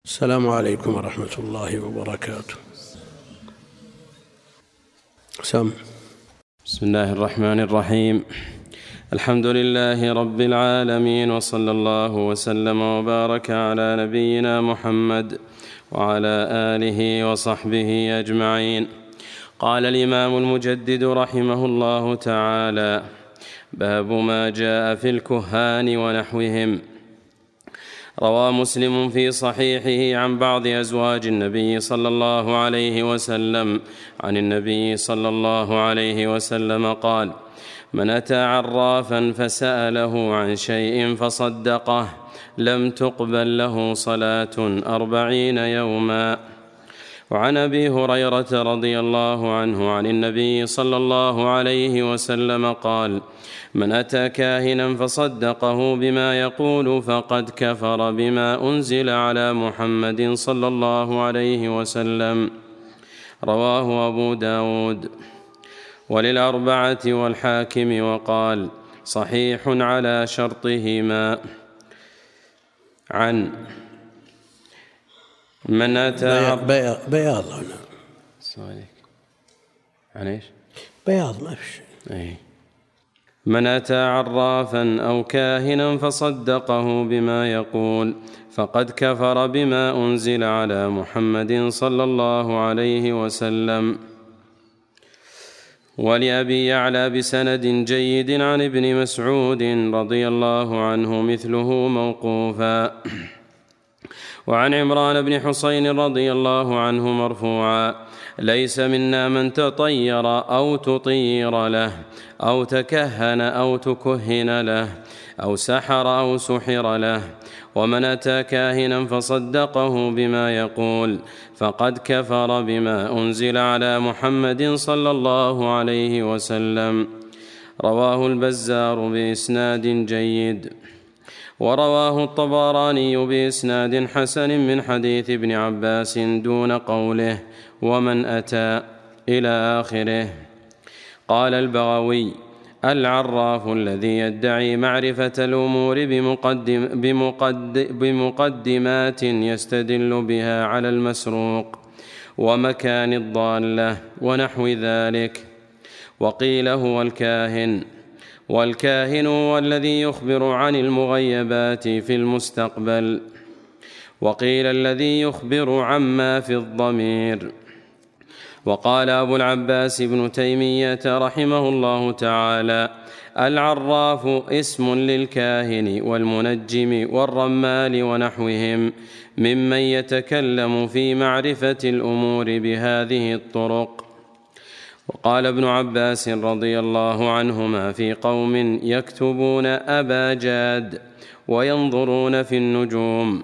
السلام عليكم ورحمة الله وبركاته. بسم الله الرحمن الرحيم. الحمد لله رب العالمين، وصلى الله وسلم وبارك على نبينا محمد وعلى آله وصحبه أجمعين. قال الإمام المجدد رحمه الله تعالى: باب ما جاء في الكهان ونحوهم. روى مسلم في صحيحه عن بعض أزواج النبي صلى الله عليه وسلم عن النبي صلى الله عليه وسلم قال: من أتى عرافا فسأله عن شيء فصدقه لم تقبل له صلاة 40 يوما. وعن أبي هريرة رضي الله عنه عن النبي صلى الله عليه وسلم قال: من أتى كاهنا فصدقه بما يقول فقد كفر بما أنزل على محمد صلى الله عليه وسلم. رواه أبو داود وللأربعة والحاكم، وقال: صحيح على شرطهما. عن من أتى بياض هنا. عن إيش؟ بياض ما في شيء. من أتى عرافا أو كاهنا فصدقه بما يقول فقد كفر بما أنزل على محمد صلى الله عليه وسلم. ولأبي يعلى بسند جيد عن ابن مسعود رضي الله عنه مثله موقوفا. وعن عمران بن حسين رضي الله عنه مرفوعا: ليس منا من تطير أو تطير له أو تكهن أو تكهن له أو سحر أو سحر له. ومن أتى كاهنا فصدقه بما يقول فقد كفر بما أنزل على محمد صلى الله عليه وسلم. رواه البزار بإسناد جيد. ورواه الطبراني بإسناد حسن من حديث ابن عباس دون قوله ومن أتى إلى آخره. قال البغوي: العراف الذي يدعي معرفة الأمور بمقدمات يستدل بها على المسروق ومكان الضالة ونحو ذلك. وقيل هو الكاهن، والكاهن هو الذي يخبر عن المغيبات في المستقبل. وقيل الذي يخبر عما في الضمير. وقال أبو العباس ابن تيمية رحمه الله تعالى: العراف اسم للكاهن والمنجم والرمال ونحوهم ممن يتكلم في معرفة الأمور بهذه الطرق. وقال ابن عباس رضي الله عنهما في قوم يكتبون أبا جاد وينظرون في النجوم: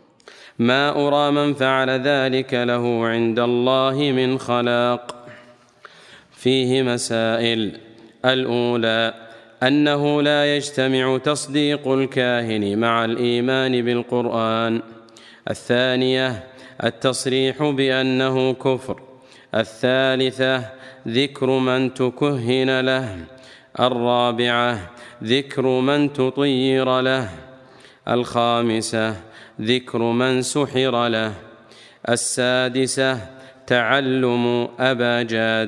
ما أرى من فعل ذلك له عند الله من خلاق. فيه مسائل: الأولى أنه لا يجتمع تصديق الكاهن مع الإيمان بالقرآن. الثانية التصريح بأنه كفر. الثالثة ذكر من تكهن له. الرابعة ذكر من تطير له. الخامسة ذكر من سحر له. السادسة تعلم أبا جاد.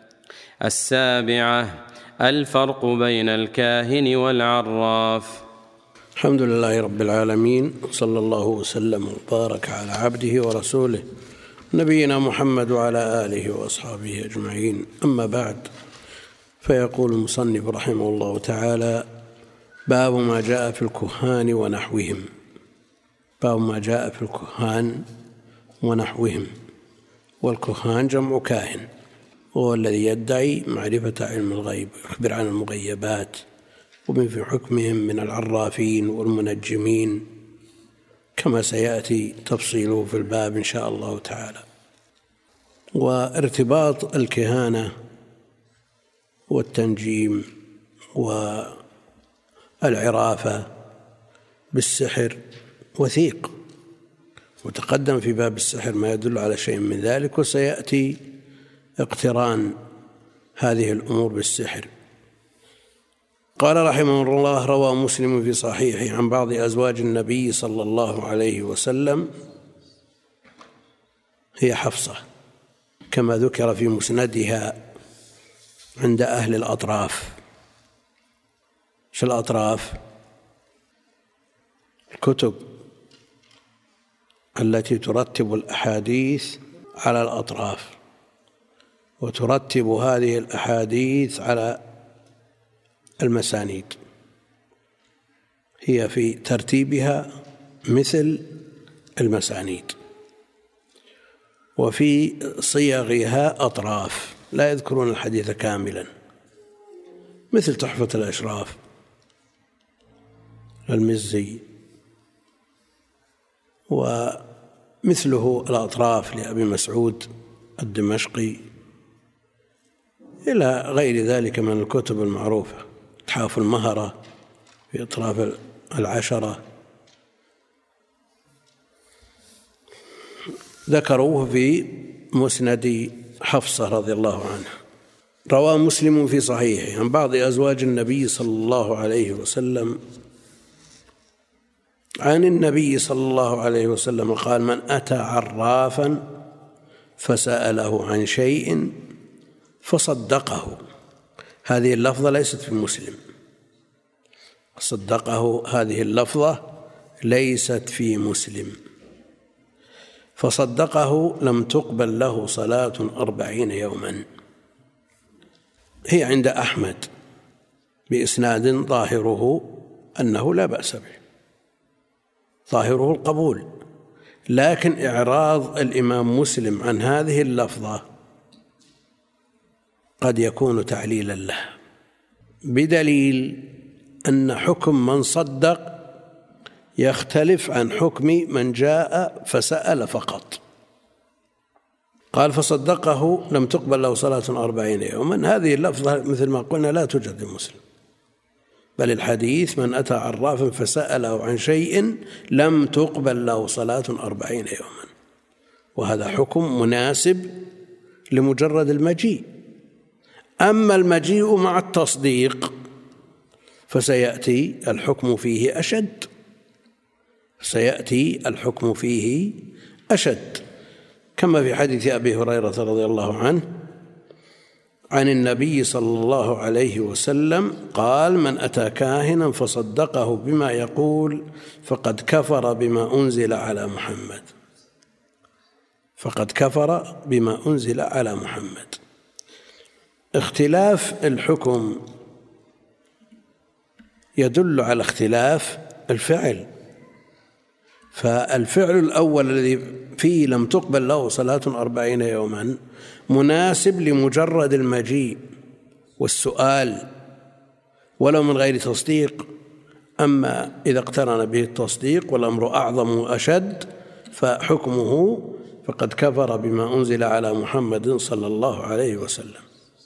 السابعة الفرق بين الكاهن والعراف. الحمد لله رب العالمين، صلى الله وسلم وبارك على عبده ورسوله نبينا محمد وعلى آله وأصحابه أجمعين. أما بعد، فيقول المصنف رحمه الله تعالى: باب ما جاء في الكهان ونحوهم. باب ما جاء في الكهان ونحوهم. والكهان جمع كاهن، وهو الذي يدعي معرفة علم الغيب ويخبر عن المغيبات، ومن في حكمهم من العرافين والمنجمين كما سيأتي تفصيله في الباب إن شاء الله تعالى. وارتباط الكهانة والتنجيم والعرافة بالسحر وثيق، وتقدم في باب السحر ما يدل على شيء من ذلك، وسيأتي اقتران هذه الأمور بالسحر. قال رحمه الله: روى مسلم في صحيحه عن بعض أزواج النبي صلى الله عليه وسلم هي حفصة كما ذكر في مسندها عند أهل الأطراف. شو الأطراف؟ الكتب التي ترتب الأحاديث على الأطراف وترتب هذه الأحاديث على المسانيد، هي في ترتيبها مثل المسانيد، وفي صيغها أطراف لا يذكرون الحديث كاملا، مثل تحفة الأشراف المزي، ومثله الأطراف لأبي مسعود الدمشقي، إلى غير ذلك من الكتب المعروفة، إتحاف المهرة في أطراف العشرة، ذكروه في مسند حفصة رضي الله عنها. روى مسلم في صحيحه عن بعض أزواج النبي صلى الله عليه وسلم عن النبي صلى الله عليه وسلم قال: من أتى عرافا فسأله عن شيء فصدقه. هذه اللفظة ليست في مسلم، صدقه هذه اللفظة ليست في مسلم. فصدقه لم تقبل له صلاة 40 يوما. هي عند أحمد بإسناد ظاهره أنه لا بأس به، ظاهره القبول، لكن إعراض الإمام مسلم عن هذه اللفظة قد يكون تعليلا له، بدليل أن حكم من صدق يختلف عن حكم من جاء فسأل فقط. قال: فصدقه لم تقبل له صلاة 40 يوما. هذه اللفظة مثل ما قلنا لا توجد في مسلم، بل الحديث: من أتى عرافا فسأله عن شيء لم تقبل له صلاة 40 يوما، وهذا حكم مناسب لمجرد المجيء. أما المجيء مع التصديق فسيأتي الحكم فيه أشد، سيأتي الحكم فيه أشد، كما في حديث أبي هريرة رضي الله عنه عن النبي صلى الله عليه وسلم قال: من أتى كاهنا فصدقه بما يقول فقد كفر بما أنزل على محمد. فقد كفر بما أنزل على محمد. اختلاف الحكم يدل على اختلاف الفعل، فالفعل الأول الذي فيه لم تقبل له صلاة 40 يوما مناسب لمجرد المجيء والسؤال ولو من غير تصديق. أما إذا اقترن به التصديق والأمر أعظم وأشد فحكمه فقد كفر بما أنزل على محمد صلى الله عليه وسلم.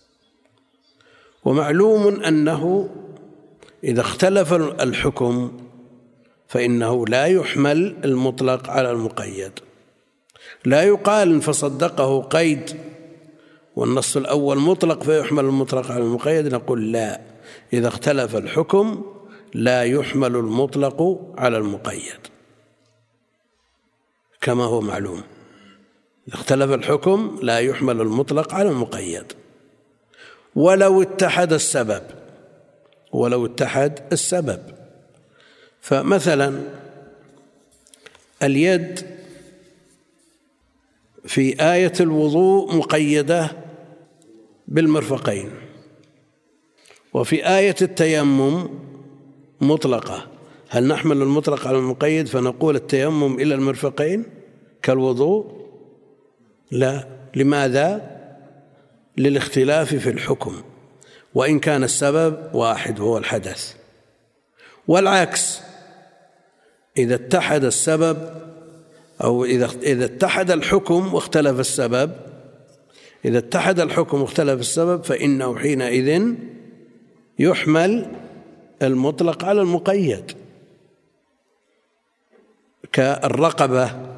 ومعلوم أنه إذا اختلف الحكم فإنه لا يحمل المطلق على المقيد. لا يقال إن فصدقه قيد والنص الأول مطلق فيحمل المطلق على المقيد، نقول لا، إذا اختلف الحكم لا يحمل المطلق على المقيد كما هو معلوم. إذا اختلف الحكم لا يحمل المطلق على المقيد ولو اتحد السبب. فمثلا اليد في آية الوضوء مقيدة بالمرفقين، وفي آية التيمم مطلقة. هل نحمل المطلق على المقيد فنقول التيمم إلى المرفقين كالوضوء؟ لا. لماذا؟ للاختلاف في الحكم، وإن كان السبب واحد وهو الحدث. والعكس، إذا اتحد السبب أو إذا اتحد الحكم واختلف السبب، إذا اتحد الحكم واختلف السبب فإنه حينئذ يحمل المطلق على المقيد، كالرقبة.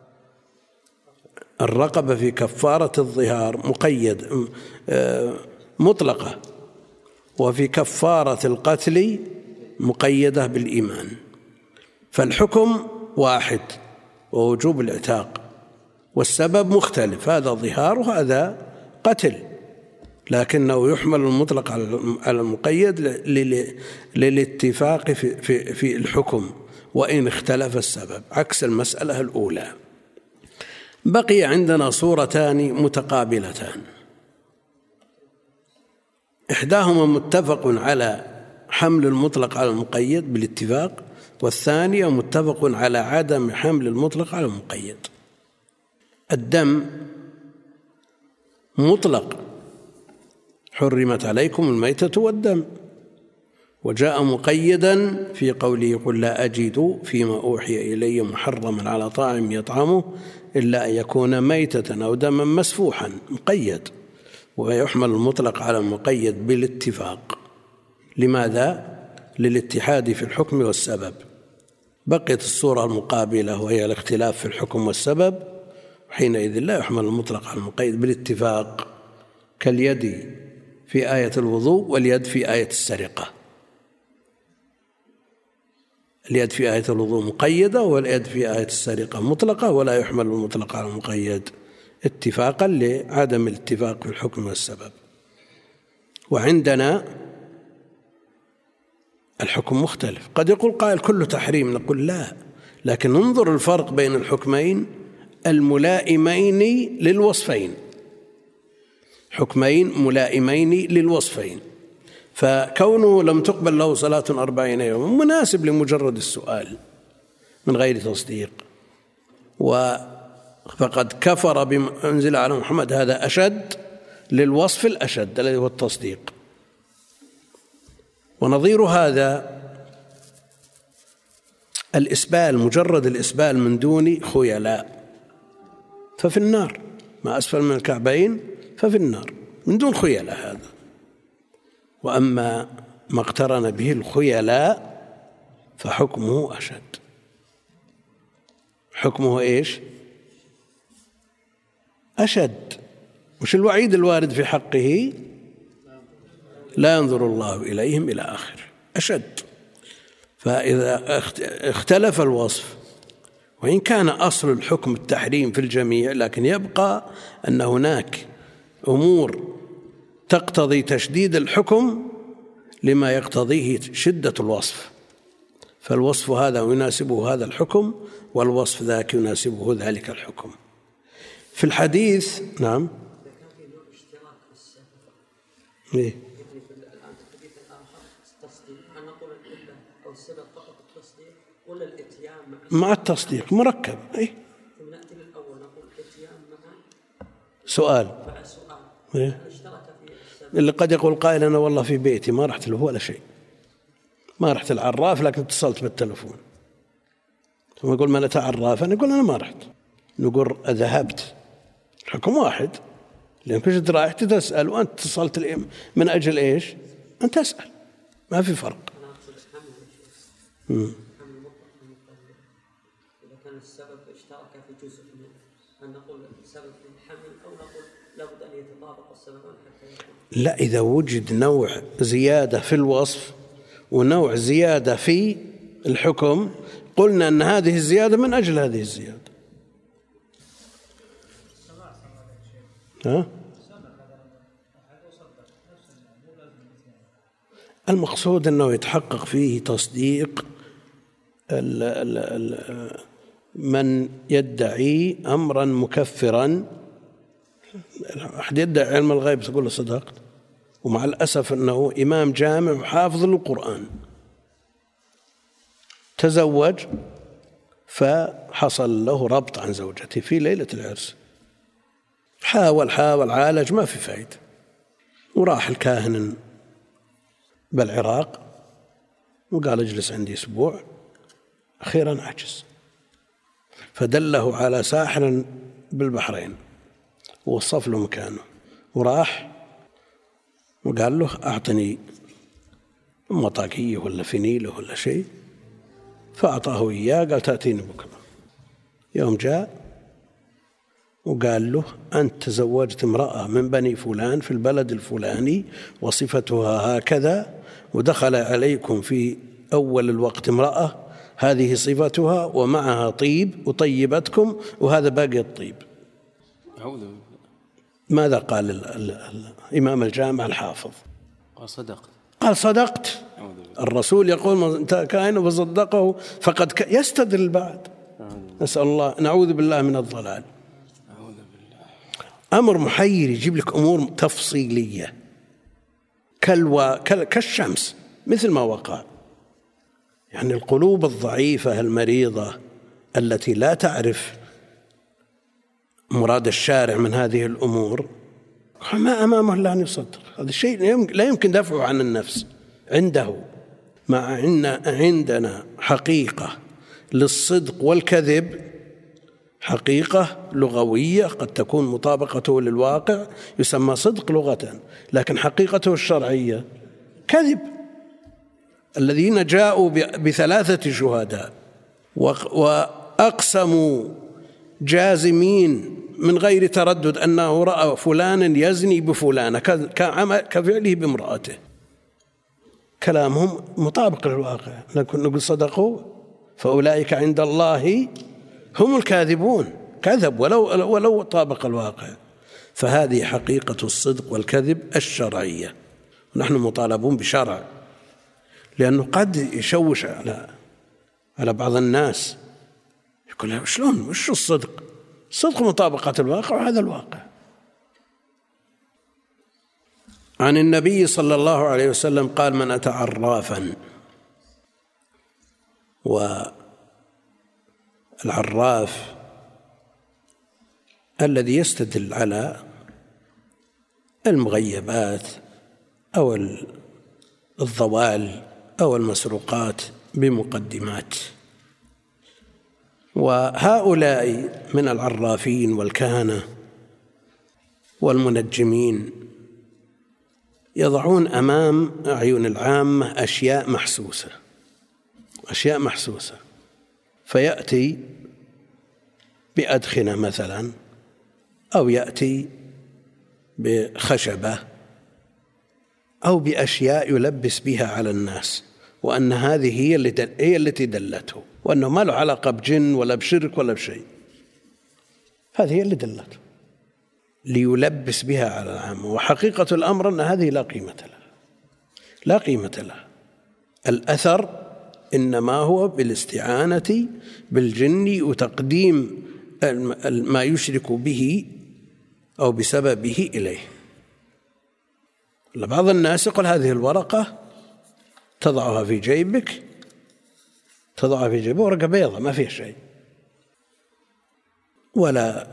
الرقبة في كفارة الظهار مقيد مطلقة، وفي كفارة القتل مقيدة بالإيمان. فالحكم واحد ووجوب العتاق، والسبب مختلف، هذا ظهار وهذا قتل، لكنه يحمل المطلق على المقيد للاتفاق في الحكم وإن اختلف السبب، عكس المسألة الأولى. بقي عندنا صورتان متقابلتان، إحداهما متفق على حمل المطلق على المقيد بالاتفاق، والثانية متفق على عدم حمل المطلق على المقيد. الدم مطلق، حرمت عليكم الميتة والدم، وجاء مقيدا في قوله قل لا أجد فيما أوحي إلي محرما على طاعم يطعمه إلا أن يكون ميتة أو دما مسفوحا، مقيد، ويحمل المطلق على المقيد بالاتفاق. لماذا؟ للاتحاد في الحكم والسبب. بقيت الصورة المقابلة وهي الاختلاف في الحكم والسبب، حينئذ لا يحمل المطلق على المقيد بالاتفاق، كاليد في آية الوضوء واليد في آية السرقة. اليد في آية الوضوء مقيدة واليد في آية السرقة مطلقة، ولا يحمل المطلق على المقيد اتفاقا لعدم الاتفاق في الحكم والسبب. وعندنا الحكم مختلف، قد يقول قائل كله تحريم، نقول لا، لكن انظر الفرق بين الحكمين الملائمين للوصفين، حكمين ملائمين للوصفين، فكونه لم تقبل له صلاة 40 يوما مناسب لمجرد السؤال من غير تصديق، فقد كفر بما أنزل على محمد، هذا أشد للوصف الأشد الذي هو التصديق. ونظير هذا الإسبال، مجرد الإسبال من دون خيلاء ففي النار، ما أسفل من الكعبين ففي النار من دون خيلاء هذا. وأما ما اقترن به الخيلاء فحكمه أشد. حكمه إيش؟ أشد. وش الوعيد الوارد في حقه؟ لا ينظر الله إليهم إلى آخر، أشد. فإذا اختلف الوصف، وإن كان أصل الحكم التحريم في الجميع، لكن يبقى أن هناك أمور تقتضي تشديد الحكم لما يقتضيه شدة الوصف، فالوصف هذا يناسبه هذا الحكم، والوصف ذاك يناسبه ذلك الحكم. في الحديث نعم ليه؟ مع التصديق مركب. أي سؤال إيه؟ اللي قد يقول قائل أنا والله في بيتي ما رحت له ولا شيء، ما رحت العراف لكن اتصلت بالتلفون، ثم يقول ما أنا عراف، أنا أقول أنا ما رحت، نقول ذهبت، الحكم واحد، لأن كنت رايح تسأل وأنت اتصلت من أجل إيش؟ أنت تسأل، ما في فرق. السبب اشترك في جزء منه، أن نقول السبب في الحمل أو نقول لابد أن يتطابق السببان حتى يكون. لا، إذا وجد نوع زيادة في الوصف ونوع زيادة في الحكم قلنا أن هذه الزيادة من أجل هذه الزيادة. المقصود أنه يتحقق فيه تصديق من يدعي أمرا مكفرا. أحد يدعي علم الغيب تقول له صدقت، ومع الأسف أنه إمام جامع وحافظ للقرآن، تزوج فحصل له ربط عن زوجته في ليلة العرس، حاول عالج ما في فائدة، وراح الكاهن بالعراق وقال اجلس عندي أسبوع، أخيرا عجز، فدله على ساحر بالبحرين ووصف له مكانه، وراح وقال له أعطني مطاقية ولا فنيله ولا شيء، فأعطاه إياه، قال تأتيني بكرة. يوم جاء وقال له أنت تزوجت امرأة من بني فلان في البلد الفلاني وصفتها هكذا، ودخل عليكم في أول الوقت امرأة هذه صفتها ومعها طيب وطيبتكم، وهذا باقي الطيب، ماذا قال الإمام الجامع الحافظ؟ قال صدقت. الرسول يقول من كائن فصدقه فقد يستدل بعد. نسأل الله، نعوذ بالله من الضلال. أمر محير يجيب لك أمور تفصيلية كالشمس مثل ما وقع. يعني القلوب الضعيفة المريضة التي لا تعرف مراد الشارع من هذه الأمور ما أمامه إلا أن يصدق. هذا الشيء لا يمكن دفعه عن النفس عنده. مع أن عندنا حقيقة للصدق والكذب، حقيقة لغوية قد تكون مطابقته للواقع يسمى صدق لغة، لكن حقيقته الشرعية كذب. الذين جاءوا ب3 شهداء وأقسموا جازمين من غير تردد أنه رأى فلانا يزني بفلانة كفعله بامرأته، كلامهم مطابق للواقع، لكن نقول صدقوا فأولئك عند الله هم الكاذبون، كذب ولو طابق الواقع. فهذه حقيقة الصدق والكذب الشرعية، ونحن مطالبون بشرع، لأنه قد يشوش على بعض الناس، يقول شلون وش الصدق؟ الصدق مطابقة الواقع، وهذا الواقع. عن النبي صلى الله عليه وسلم قال: من أتى عرافا، والعراف الذي يستدل على المغيبات أو الضوال أو المسروقات بمقدمات. وهؤلاء من العرافين والكهنة والمنجمين يضعون أمام أعين العامة أشياء محسوسة، فيأتي بأدخنة مثلا، أو يأتي بخشبة، أو بأشياء يلبس بها على الناس، وأن هذه هي التي دلته، وأنه ما له علاقة بجن ولا بشرك ولا بشيء. هذه هي اللي دلته ليلبس بها على العامة. وحقيقة الأمر أن هذه لا قيمة لها. الأثر إنما هو بالاستعانة بالجن وتقديم ما يشرك به أو بسببه إليه. بعض الناس يقول هذه الورقة تضعها في جيبك، ورقة بيضة ما فيها شيء، ولا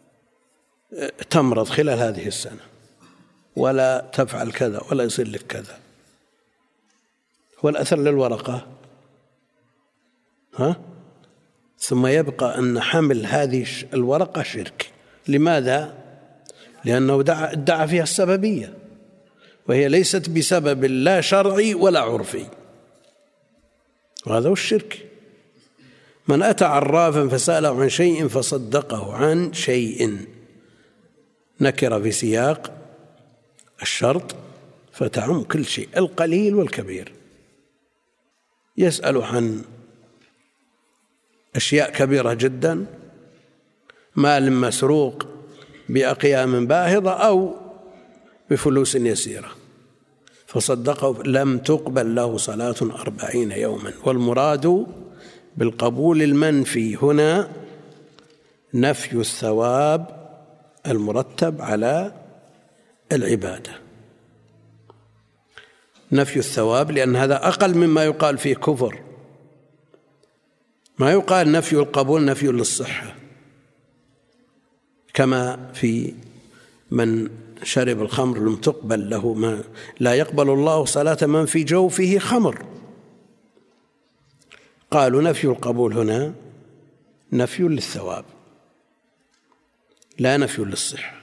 تمرض خلال هذه السنة، ولا تفعل كذا، ولا يصير لك كذا. والأثر للورقة ثم يبقى أن حمل هذه الورقة شرك. لماذا؟ لأنه ادعى فيها السببية، وهي ليست بسبب لا شرعي ولا عرفي، وهذا هو الشرك. من أتى عرافا فسأله عن شيء فصدقه عن شيء، نكر في سياق الشرط فتعم كل شيء، القليل والكبير. يسأل عن أشياء كبيرة جدا، مال مسروق بأقيام باهظة أو بفلوس يسيرة، فصدقه لم تقبل له صلاة 40 يوما. والمراد بالقبول المنفي هنا نفي الثواب المرتب على العبادة، نفي الثواب، لأن هذا أقل مما يقال فيه كفر. ما يقال نفي القبول نفي للصحة، كما في من شرب الخمر لم تقبل له ما لا يقبل الله صلاة من في جوفه خمر. قالوا نفي القبول هنا نفي للثواب لا نفي للصحة،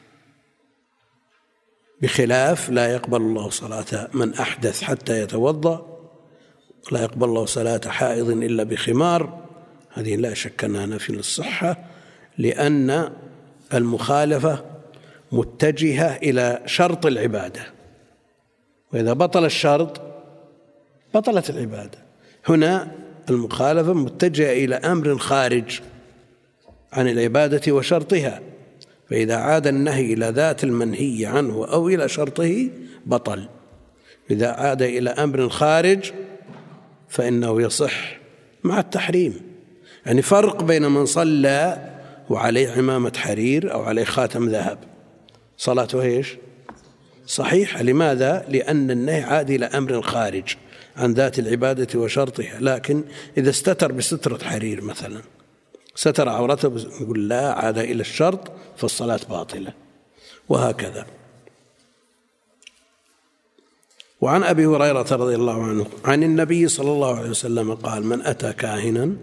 بخلاف لا يقبل الله صلاة من أحدث حتى يتوضأ، لا يقبل الله صلاة حائض إلا بخمار. هذه لا شك أنها نفي للصحة، لأن المخالفة متجهة إلى شرط العبادة، وإذا بطل الشرط بطلت العبادة. هنا المخالفة متجهة إلى أمر خارج عن العبادة وشرطها، فإذا عاد النهي إلى ذات المنهي عنه أو إلى شرطه بطل. إذا عاد إلى أمر خارج فإنه يصح مع التحريم. يعني فرق بين من صلى وعليه عمامة حرير أو عليه خاتم ذهب، صلاته إيش؟ صحيحة. لماذا؟ لأن النهي عاد إلى أمر خارج عن ذات العبادة وشرطها. لكن إذا استتر بسترة حرير مثلا، ستر عورته، يقول لا، عاد إلى الشرط فالصلاة باطلة، وهكذا. وعن أبي هريرة رضي الله عنه عن النبي صلى الله عليه وسلم قال: من أتى كاهنا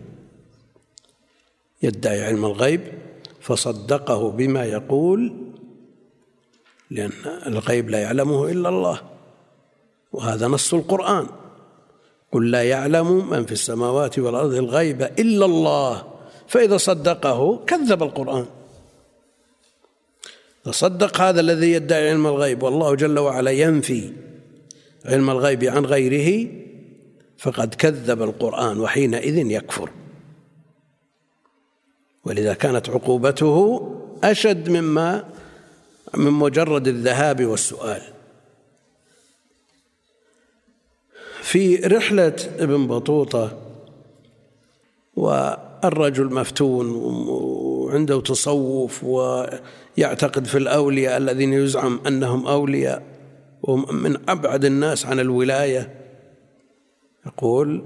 يدعي علم الغيب فصدقه بما يقول، لأن الغيب لا يعلمه إلا الله، وهذا نص القرآن: قل لا يعلم من في السماوات والأرض الغيب إلا الله. فإذا صدقه كذب القرآن. فصدق هذا الذي يدعي علم الغيب والله جل وعلا ينفي علم الغيب عن غيره، فقد كذب القرآن، وحينئذ يكفر. ولذا كانت عقوبته أشد من مجرد الذهاب والسؤال. في رحلة ابن بطوطة، والرجل مفتون وعنده تصوف ويعتقد في الأولياء الذين يزعم أنهم أولياء ومن أبعد الناس عن الولاية، يقول: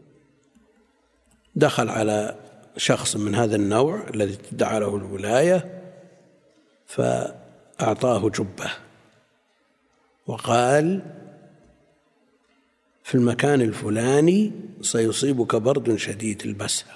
دخل على شخص من هذا النوع الذي ادعى له الولاية فأعطاه جبة وقال: في المكان الفلاني سيصيبك برد شديد، البسها.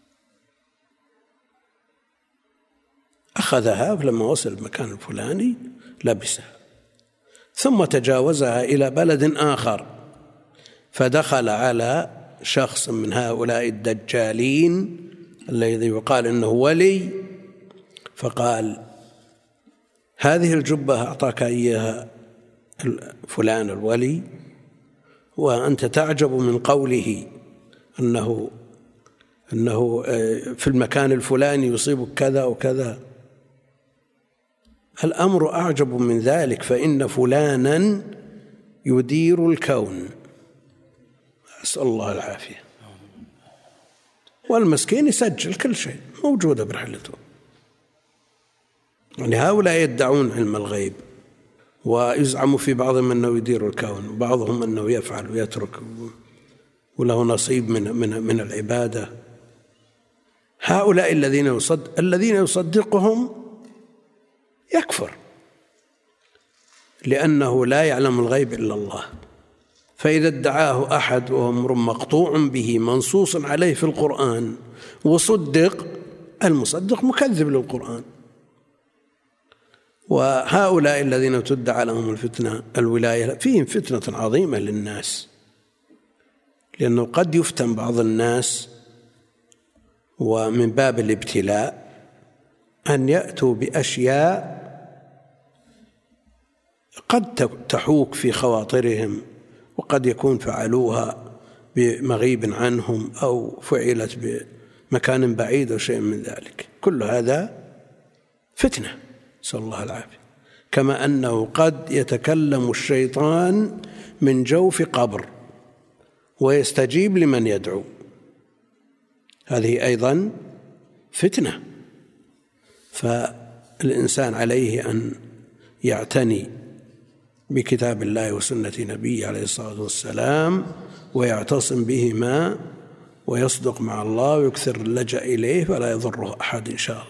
أخذها، فلما وصل المكان الفلاني لبسها، ثم تجاوزها إلى بلد آخر، فدخل على شخص من هؤلاء الدجالين الذي يقال إنه ولي، فقال: هذه الجبة أعطاك إياها فلان الولي، وأنت تعجب من قوله أنه في المكان الفلاني يصيبك كذا وكذا. الأمر أعجب من ذلك، فإن فلانا يدير الكون، أسأل الله العافية، والمسكين يسجل كل شيء موجودة برحلته. يعني هؤلاء يدعون علم الغيب ويزعم في بعضهم أنه يدير الكون، وبعضهم أنه يفعل ويترك وله نصيب من العبادة. هؤلاء الذين يصدقهم يكفر، لأنه لا يعلم الغيب إلا الله. فإذا ادعاه أحد وهو أمر مقطوع به منصوص عليه في القرآن وصدق، المصدق مكذب للقرآن. وهؤلاء الذين تدعى لهم الفتنة الولاية فيهم فتنة عظيمة للناس، لأنه قد يفتن بعض الناس، ومن باب الابتلاء أن يأتوا بأشياء قد تحوك في خواطرهم، وقد يكون فعلوها بمغيب عنهم أو فعلت بمكان بعيد أو شيء من ذلك. كل هذا فتنة، نسأل الله العافية. كما أنه قد يتكلم الشيطان من جوف قبر ويستجيب لمن يدعو، هذه أيضا فتنة. فالإنسان عليه أن يعتني بكتاب الله وسنة نبيه عليه الصلاة والسلام، ويعتصم بهما ويصدق مع الله ويكثر اللجأ إليه، فلا يضره أحد إن شاء الله.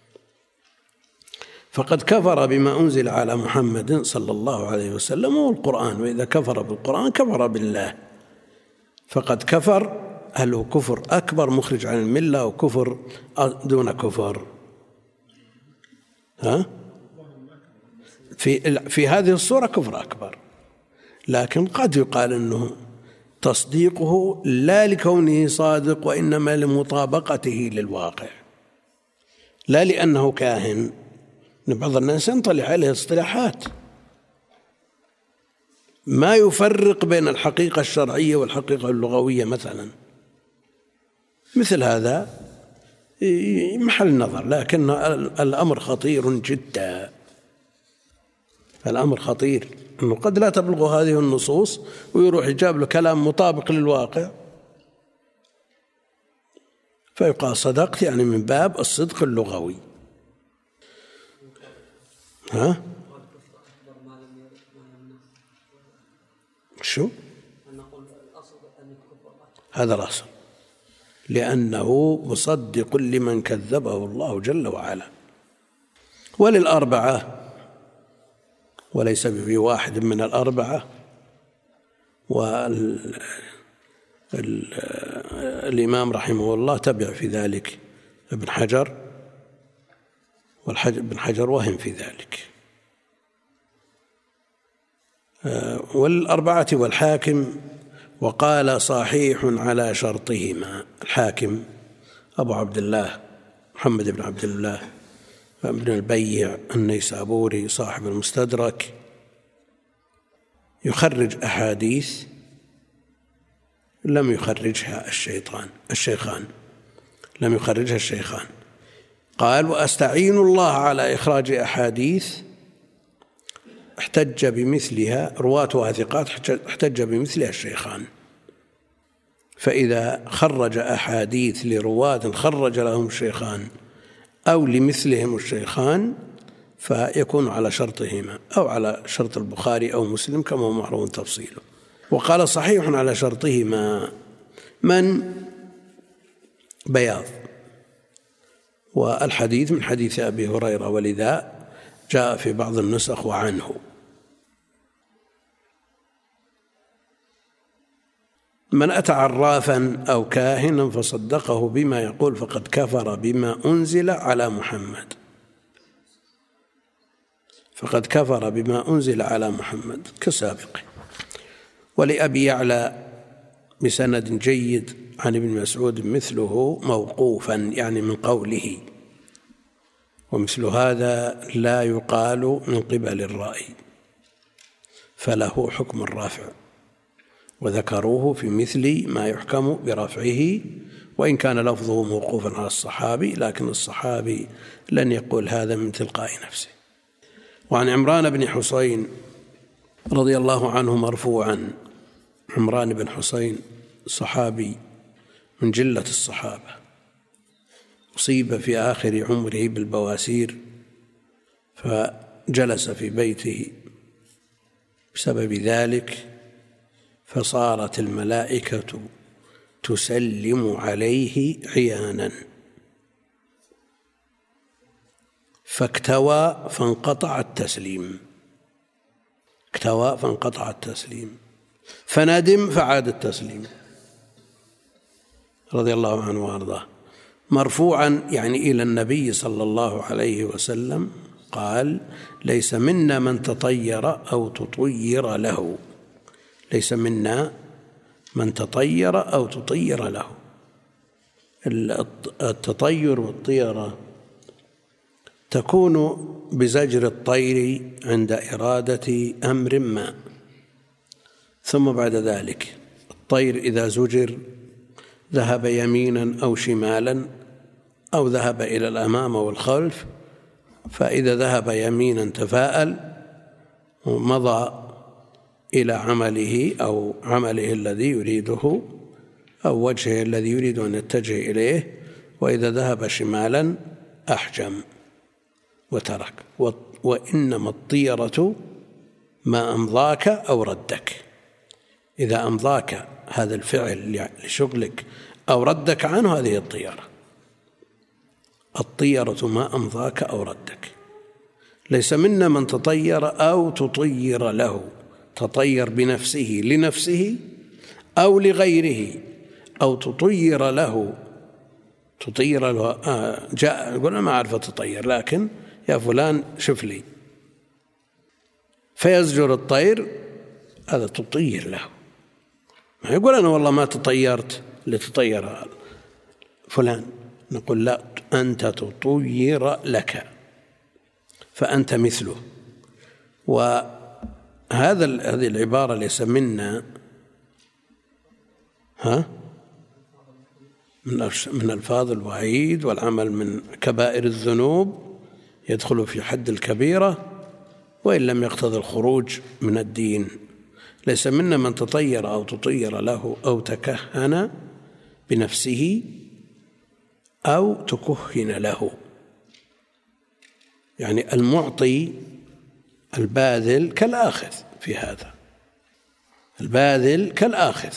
فقد كفر بما أنزل على محمد صلى الله عليه وسلم والقرآن، وإذا كفر بالقرآن كفر بالله. فقد كفر، هل هو كفر أكبر مخرج عن الملة أو كفر دون كفر؟ في هذه الصورة كفر أكبر، لكن قد يقال أنه تصديقه لا لكونه صادق، وإنما لمطابقته للواقع، لا لأنه كاهن. بعض الناس ينطلع عليه اصطلاحات ما يفرق بين الحقيقة الشرعية والحقيقة اللغوية مثلا. مثل هذا محل نظر، لكن الأمر خطير جدا. الأمر خطير، أنه قد لا تبلغ هذه النصوص ويروح يجاب له كلام مطابق للواقع فيقال صدقت، يعني من باب الصدق اللغوي. ها؟ شو؟ هذا الأصل، لأنه مصدق لمن كذبه الله جل وعلا. وللأربعة وليس بواحد من الأربعة. والإمام رحمه الله تبع في ذلك ابن حجر، ابن حجر وهم في ذلك. والأربعة والحاكم، وقال صحيح على شرطهما. الحاكم أبو عبد الله محمد بن عبد الله بن البيع النيسابوري صاحب المستدرك، يخرج أحاديث لم يخرجها الشيخان، لم يخرجها الشيخان. قال: وأستعين الله على إخراج أحاديث احتج بمثلها رواتها ثقات، احتج بمثلها الشيخان. فإذا خرج أحاديث لرواة خرج لهم الشيخان أو لمثلهم الشيخان فيكون على شرطهما أو على شرط البخاري أو مسلم كما هو معروف تفصيله. وقال صحيح على شرطهما من بياض، والحديث من حديث أبي هريرة، ولذا جاء في بعض النسخ وعنه. من أتى عرافا أو كاهنا فصدقه بما يقول فقد كفر بما أنزل على محمد، فقد كفر بما أنزل على محمد كسابقه. ولأبي يعلى بسند جيد عن ابن مسعود مثله موقوفا، يعني من قوله، ومثل هذا لا يقال من قبل الرأي، فله حكم الرفع، وذكروه في مثل ما يحكم برفعه، وإن كان لفظه موقوفا على الصحابي، لكن الصحابي لن يقول هذا من تلقاء نفسه. وعن عمران بن حسين رضي الله عنه مرفوعا، عمران بن حسين صحابي من جلة الصحابة، أصيب في آخر عمره بالبواسير فجلس في بيته بسبب ذلك، فصارت الملائكة تسلم عليه عيانا، فاكتوى فانقطع التسليم، اكتوى فانقطع التسليم، فندم فعاد التسليم رضي الله عنه وارضاه. مرفوعا يعني إلى النبي صلى الله عليه وسلم قال: ليس منا من تطير أو تطير له، ليس منا من تطير أو تطير له. التطير والطيرة تكون بزجر الطير عند إرادة أمر ما، ثم بعد ذلك الطير إذا زجر ذهب يمينا أو شمالا أو ذهب إلى الأمام والخلف، فإذا ذهب يمينا تفاءل ومضى إلى عمله أو عمله الذي يريده أو وجهه الذي يريد أن يتجه إليه، وإذا ذهب شمالا أحجم وترك. وإنما الطيرة ما أمضاك أو ردك، إذا أمضاك هذا الفعل لشغلك أو ردك عنه هذه الطيرة. الطيرة ما أمضاك أو ردك. ليس منا من تطير أو تطير له، تطير بنفسه لنفسه أو لغيره، أو تطير له، تطير له جاء يقول ما أعرف أتطير لكن يا فلان شوف لي، فيزجر الطير، هذا تطير له. ما يقول أنا والله ما تطيرت لتطير فلان، نقول لا، أنت تطير لك فأنت مثله. وهذه العبارة ليس منا من ألفاظ الوعيد، والعمل من كبائر الذنوب يدخل في حد الكبيرة وإن لم يقتضي الخروج من الدين. ليس منا من تطير أو تطير له أو تكهن بنفسه أو تكهن له، يعني المعطي الباذل كالآخذ في هذا، الباذل كالآخذ.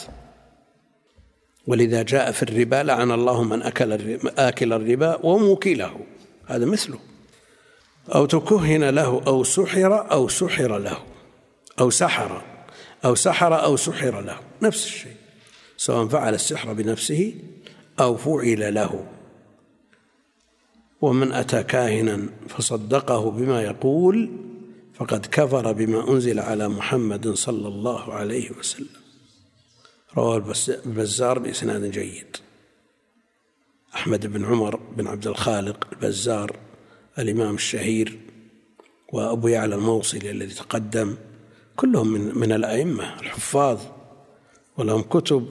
ولذا جاء في الربا لعن الله من آكل الربا وموكله، هذا مثله. أو تكهن له أو سحر أو سحر له، أو سحر أو سحر أو سحر له، نفس الشيء، سواء فعل السحر بنفسه أو فعل له. ومن أتى كاهنا فصدقه بما يقول فقد كفر بما أنزل على محمد صلى الله عليه وسلم. رواه البزار بإسناد جيد. أحمد بن عمر بن عبد الخالق البزار الإمام الشهير، وأبو يعلى الموصلي الذي تقدم، كلهم من الأئمة الحفاظ، ولهم كتب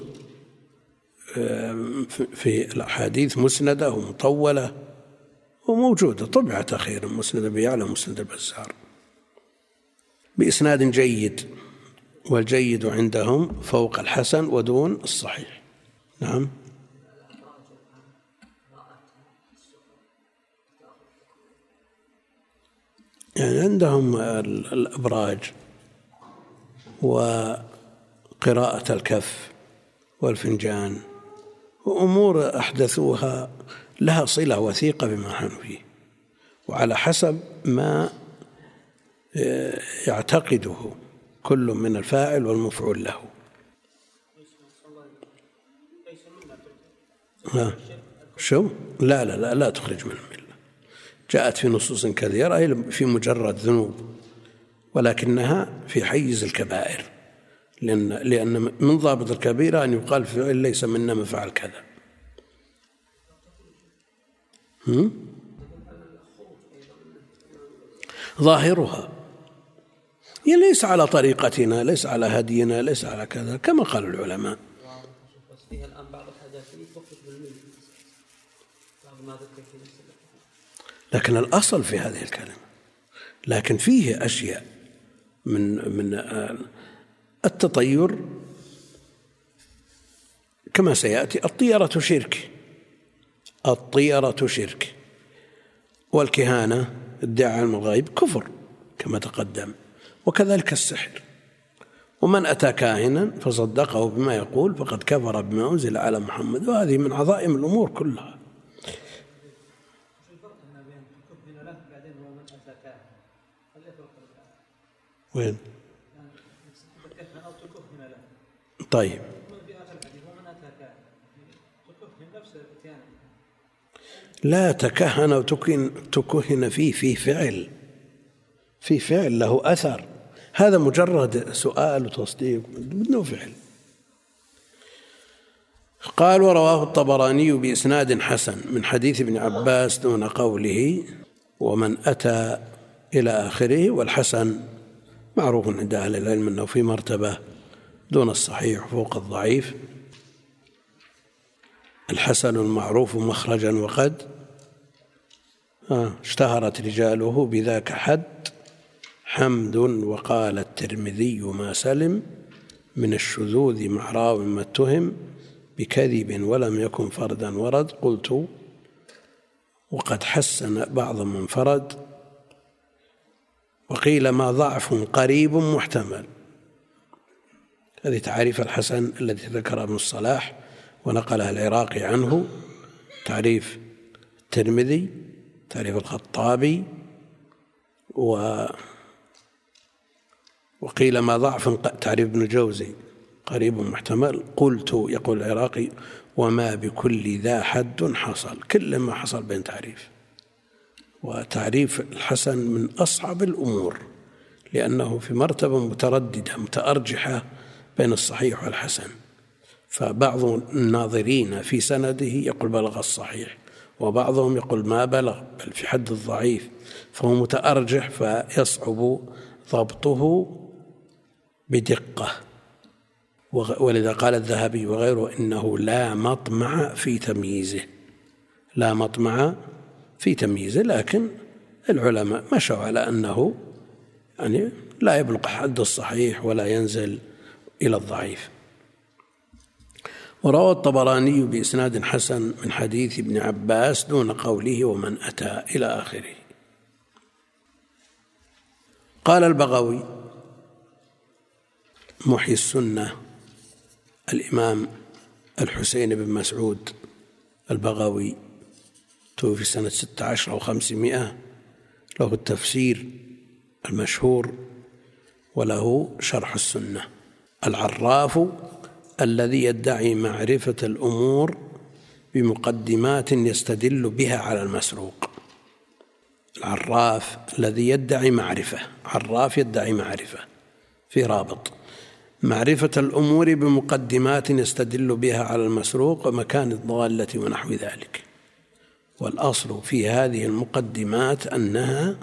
في الأحاديث مسندة ومطولة وموجودة، طبعت أخيرا مسند أبي يعلى مسند البزار بإسناد جيد، والجيد عندهم فوق الحسن ودون الصحيح. نعم. يعني عندهم الأبراج وقراءة الكف والفنجان وأمور أحدثوها لها صلة وثيقة بما نحن فيه، وعلى حسب ما يعتقده كل من الفاعل والمفعول له. شو؟ لا تخرج من الملة. جاءت في نصوص كثيرة أي في مجرد ذنوب، ولكنها في حيز الكبائر، لأن من ضابط الكبيرة أن يقال فعل ليس منا من فعل كذا. ظاهرها ليس على طريقتنا، ليس على هدينا، ليس على كذا، كما قال العلماء. لكن الأصل في هذه الكلمة، لكن فيه أشياء من التطير كما سيأتي. الطيرة شرك، والكهانة ادعاء علم الغيب كفر كما تقدم، وكذلك السحر. ومن أتى كاهنا فصدقه بما يقول فقد كفر بما أنزل على محمد. وهذه من عظائم الأمور كلها. وين؟ طيب، لا تكهن وتكهن فيه فعل له أثر، هذا مجرد سؤال وتصديق بدون فعل. قال ورواه الطبراني بإسناد حسن من حديث ابن عباس دون قوله ومن أتى إلى آخره. والحسن معروف عند أهل العلم أنه في مرتبة دون الصحيح فوق الضعيف. الحسن المعروف مخرجا وقد اشتهرت رجاله بذاك حد حمد. وقال الترمذي ما سلم من الشذوذ مع راو ما اتهم بكذب ولم يكن فردا ورد. قلت وقد حسن بعض من فرد. وقيل ما ضعف قريب محتمل. هذه تعريف الحسن الذي ذكر ابن الصلاح ونقلها العراقي عنه، تعريف الترمذي، تعريف الخطابي. وقيل ما ضعف تعريف ابن الجوزي قريب محتمل. قلت يقول العراقي وما بكل ذا حد حصل، كل ما حصل بين تعريف. وتعريف الحسن من أصعب الأمور لأنه في مرتبة مترددة متأرجحة بين الصحيح والحسن، فبعض الناظرين في سنده يقول بلغ الصحيح، وبعضهم يقول ما بلغ بل في حد الضعيف، فهو متأرجح فيصعب ضبطه بدقة. ولذا قال الذهبي وغيره إنه لا مطمع في تمييزه، لا مطمع في تمييزه، لكن العلماء مشوا على أنه يعني لا يبلغ حد الصحيح ولا ينزل إلى الضعيف. وروى الطبراني بإسناد حسن من حديث ابن عباس دون قوله ومن أتى إلى آخره. قال البغوي محيي السنة الإمام الحسين بن مسعود البغوي توفي سنة 16 أو 500، له التفسير المشهور وله شرح السنة. العراف الذي يدعي معرفة الأمور بمقدمات يستدل بها على المسروق. العراف الذي يدعي معرفة، عراف يدعي معرفة في رابط، معرفة الأمور بمقدمات يستدل بها على المسروق ومكان الضالة ونحو ذلك. والأصل في هذه المقدمات أنها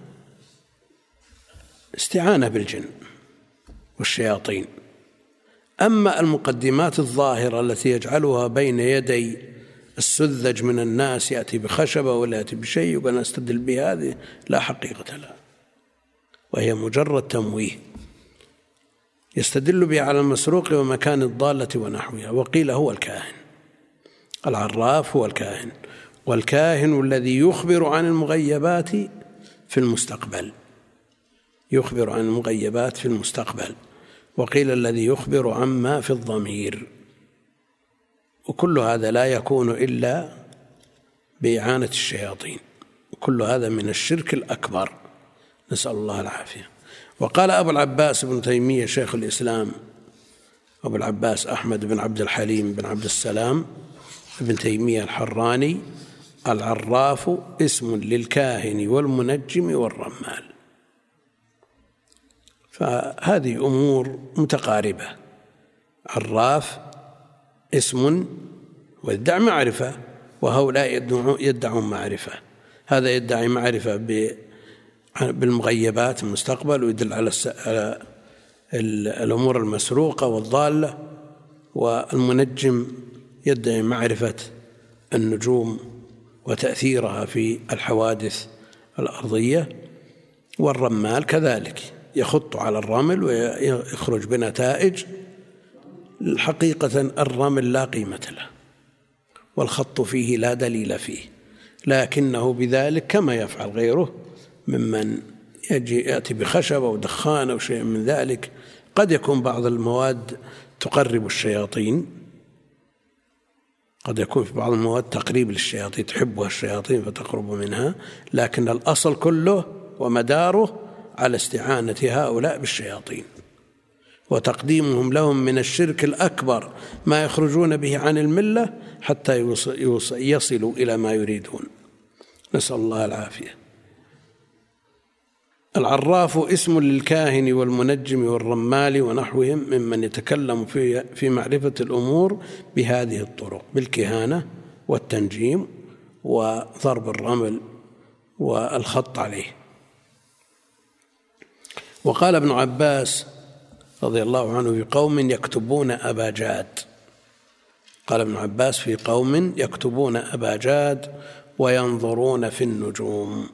استعانة بالجن والشياطين. أما المقدمات الظاهرة التي يجعلها بين يدي السذج من الناس، يأتي بخشبة ولا يأتي بشيء يقول نستدل بهذه، لا حقيقة لها، وهي مجرد تمويه يستدل بها على المسروق ومكان الضالة ونحوها. وقيل هو الكاهن، العراف هو الكاهن، والكاهن الذي يخبر عن المغيبات في المستقبل، يخبر عن المغيبات في المستقبل. وقيل الذي يخبر عما في الضمير. وكل هذا لا يكون إلا بإعانة الشياطين، وكل هذا من الشرك الأكبر، نسأل الله العافية. وقال أبو العباس ابن تيمية شيخ الإسلام، أبو العباس أحمد بن عبد الحليم بن عبد السلام ابن تيمية الحراني: العراف اسم للكاهن والمنجم والرمال. فهذه أمور متقاربة. عراف اسم ويدعي معرفة، وهؤلاء يدعون معرفة. هذا يدعي معرفة بالمغيبات المستقبل ويدل على الأمور المسروقة والضالة، والمنجم يدعي معرفة النجوم وتأثيرها في الحوادث الأرضية، والرمال كذلك يخط على الرمل ويخرج بنتائج حقيقة الرمل لا قيمة له والخط فيه لا دليل فيه، لكنه بذلك كما يفعل غيره ممن يأتي بخشب أو دخان أو شيء من ذلك. قد يكون بعض المواد تقرب الشياطين، قد يكون في بعض المواد تقريب للشياطين، تحبها الشياطين فتقرب منها، لكن الأصل كله ومداره على استعانة هؤلاء بالشياطين وتقديمهم لهم من الشرك الأكبر ما يخرجون به عن الملة حتى يصلوا إلى ما يريدون، نسأل الله العافية. العراف اسم للكاهن والمنجم والرمال ونحوهم ممن يتكلم في معرفة الأمور بهذه الطرق، بالكهانة والتنجيم وضرب الرمل والخط عليه. وقال ابن عباس رضي الله عنه في قوم يكتبون أبا جاد، قال ابن عباس في قوم يكتبون أبا جاد وينظرون في النجوم.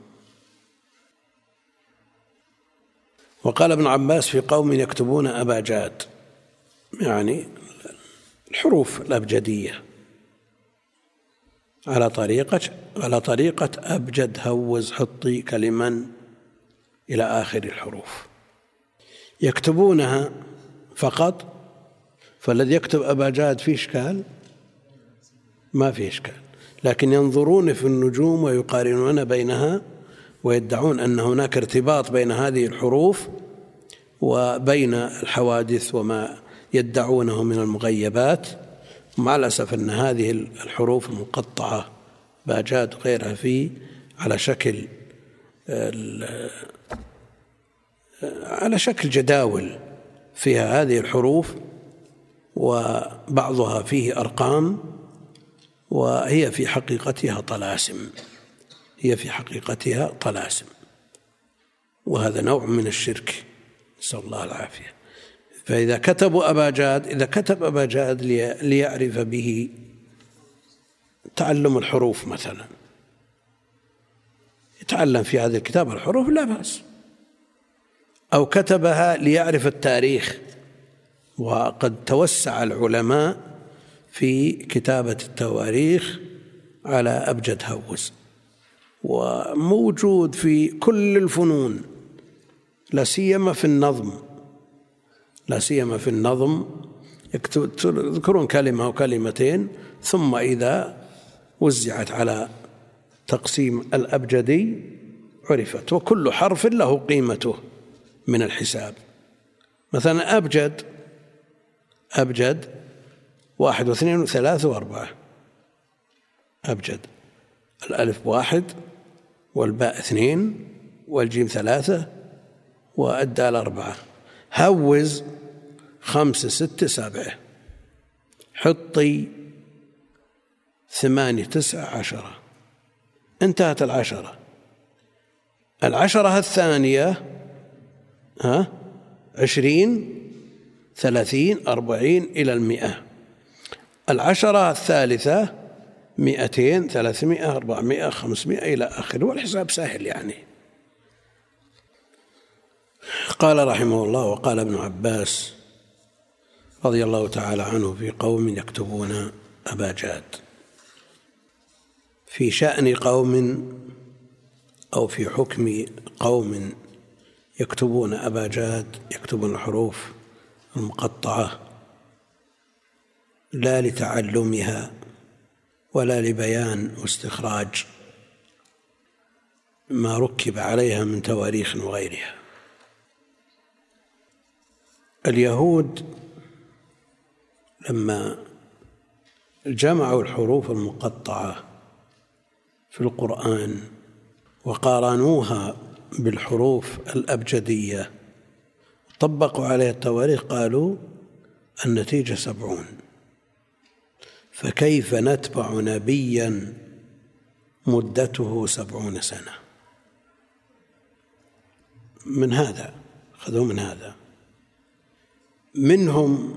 وقال ابن عباس في قوم يكتبون أبا جاد، يعني الحروف الأبجدية على طريقة أبجد هوز حطي كلما إلى آخر الحروف، يكتبونها فقط. فالذي يكتب أبا جاد في إشكال؟ ما في إشكال، لكن ينظرون في النجوم ويقارنون بينها ويدعون أن هناك ارتباط بين هذه الحروف وبين الحوادث وما يدعونه من المغيبات. مع الأسف أن هذه الحروف المقطعة باجات وغيرها فيه على شكل جداول فيها هذه الحروف، وبعضها فيه أرقام، وهي في حقيقتها طلاسم، هي في حقيقتها طلاسم، وهذا نوع من الشرك، نسأل الله العافية. فإذا كتبوا أبا جاد، إذا كتب أبا جاد ليعرف به تعلم الحروف مثلا، يتعلم في هذا الكتاب الحروف لا بأس، أو كتبها ليعرف التاريخ، وقد توسع العلماء في كتابة التواريخ على أبجد هوز، وموجود في كل الفنون، لا سيما في النظم، يذكرون كلمة أو كلمتين، ثم إذا وزعت على تقسيم الأبجدي عرفت، وكل حرف له قيمته من الحساب. مثلا أبجد 1 و2 و3 و4، أبجد الألف 1 والباء 2 والجيم 3 والدال 4. هوز 5 6 7، حطي 8 9 10، انتهت 10. 10 الثانية 20 30 40 إلى 100. 10 الثالثة 200 300 400 500 إلى آخره، والحساب سهل يعني. قال رحمه الله: وقال ابن عباس رضي الله تعالى عنه في قوم يكتبون أبا جاد، في شأن قوم أو في حكم قوم يكتبون أبا جاد، يكتبون الحروف المقطعة لا لتعلمها ولا لبيان واستخراج ما ركب عليها من تواريخ وغيرها. اليهود لما جمعوا الحروف المقطعة في القرآن وقارنوها بالحروف الأبجدية طبقوا عليها التواريخ، قالوا النتيجة 70. فكيف نتبع نبيا مدته 70 سنة؟ من هذا خذوا من هذا. منهم